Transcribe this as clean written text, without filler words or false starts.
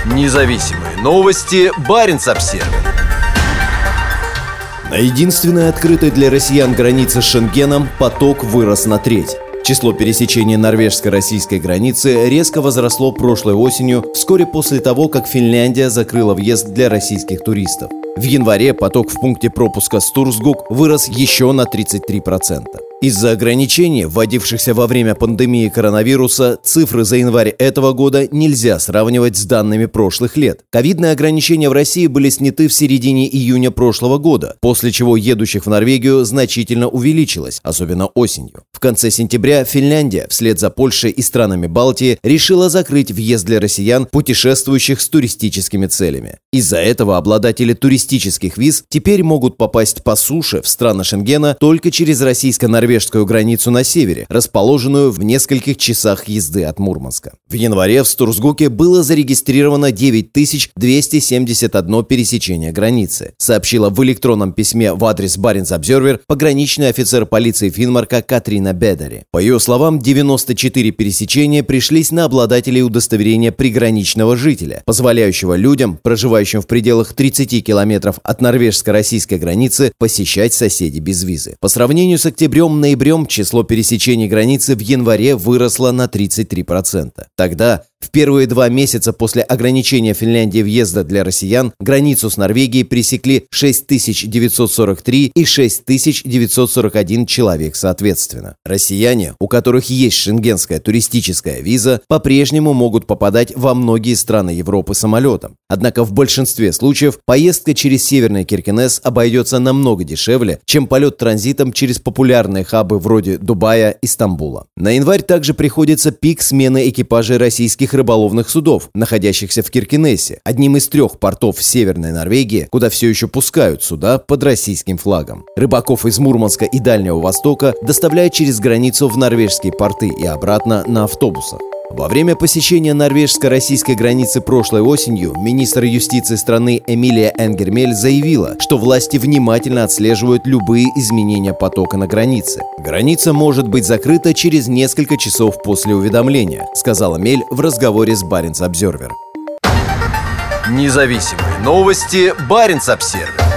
Независимые новости. Баренц-Обсервер. На единственной открытой для россиян границе с Шенгеном поток вырос на треть. Число пересечений норвежско-российской границы резко возросло прошлой осенью, вскоре после того, как Финляндия закрыла въезд для российских туристов. В январе поток в пункте пропуска Стурсгук вырос еще на 33%. Из-за ограничений, вводившихся во время пандемии коронавируса, цифры за январь этого года нельзя сравнивать с данными прошлых лет. Ковидные ограничения в России были сняты в середине июня прошлого года, после чего едущих в Норвегию значительно увеличилось, особенно осенью. В конце сентября Финляндия, вслед за Польшей и странами Балтии, решила закрыть въезд для россиян, путешествующих с туристическими целями. Из-за этого обладатели туристических виз теперь могут попасть по суше в страны Шенгена только через российско-норвежскую границу на севере, расположенную в нескольких часах езды от Мурманска. В январе в Стурсгуке было зарегистрировано 9271 пересечение границы, сообщила в электронном письме в адрес Баренц-Обсервер пограничный офицер полиции Финмарка Катрина Бедари. По ее словам, 94 пересечения пришлись на обладателей удостоверения приграничного жителя, позволяющего людям, проживающим в пределах 30 километров от норвежско-российской границы, посещать соседей без визы. По сравнению с октябрем-ноябрем число пересечений границы в январе выросло на 33%. Тогда, в первые 2 месяца после ограничения Финляндии въезда для россиян, границу с Норвегией пересекли 6943 и 6941 человек соответственно. Россияне, у которых есть шенгенская туристическая виза, по-прежнему могут попадать во многие страны Европы самолетом. Однако в большинстве случаев поездка через Северный Киркенес обойдется намного дешевле, чем полет транзитом через популярные хабы вроде Дубая и Стамбула. На январь также приходится пик смены экипажей российских рыболовных судов, находящихся в Киркенесе, одним из 3 портов в Северной Норвегии, куда все еще пускают суда под российским флагом. Рыбаков из Мурманска и Дальнего Востока доставляют через границу в норвежские порты и обратно на автобусах. Во время посещения норвежско-российской границы прошлой осенью министр юстиции страны Эмилия Энгермель заявила, что власти внимательно отслеживают любые изменения потока на границе. «Граница может быть закрыта через несколько часов после уведомления», сказала Мель в разговоре с Баренц-Обсервер. Независимые новости. Баренц-Обсервер.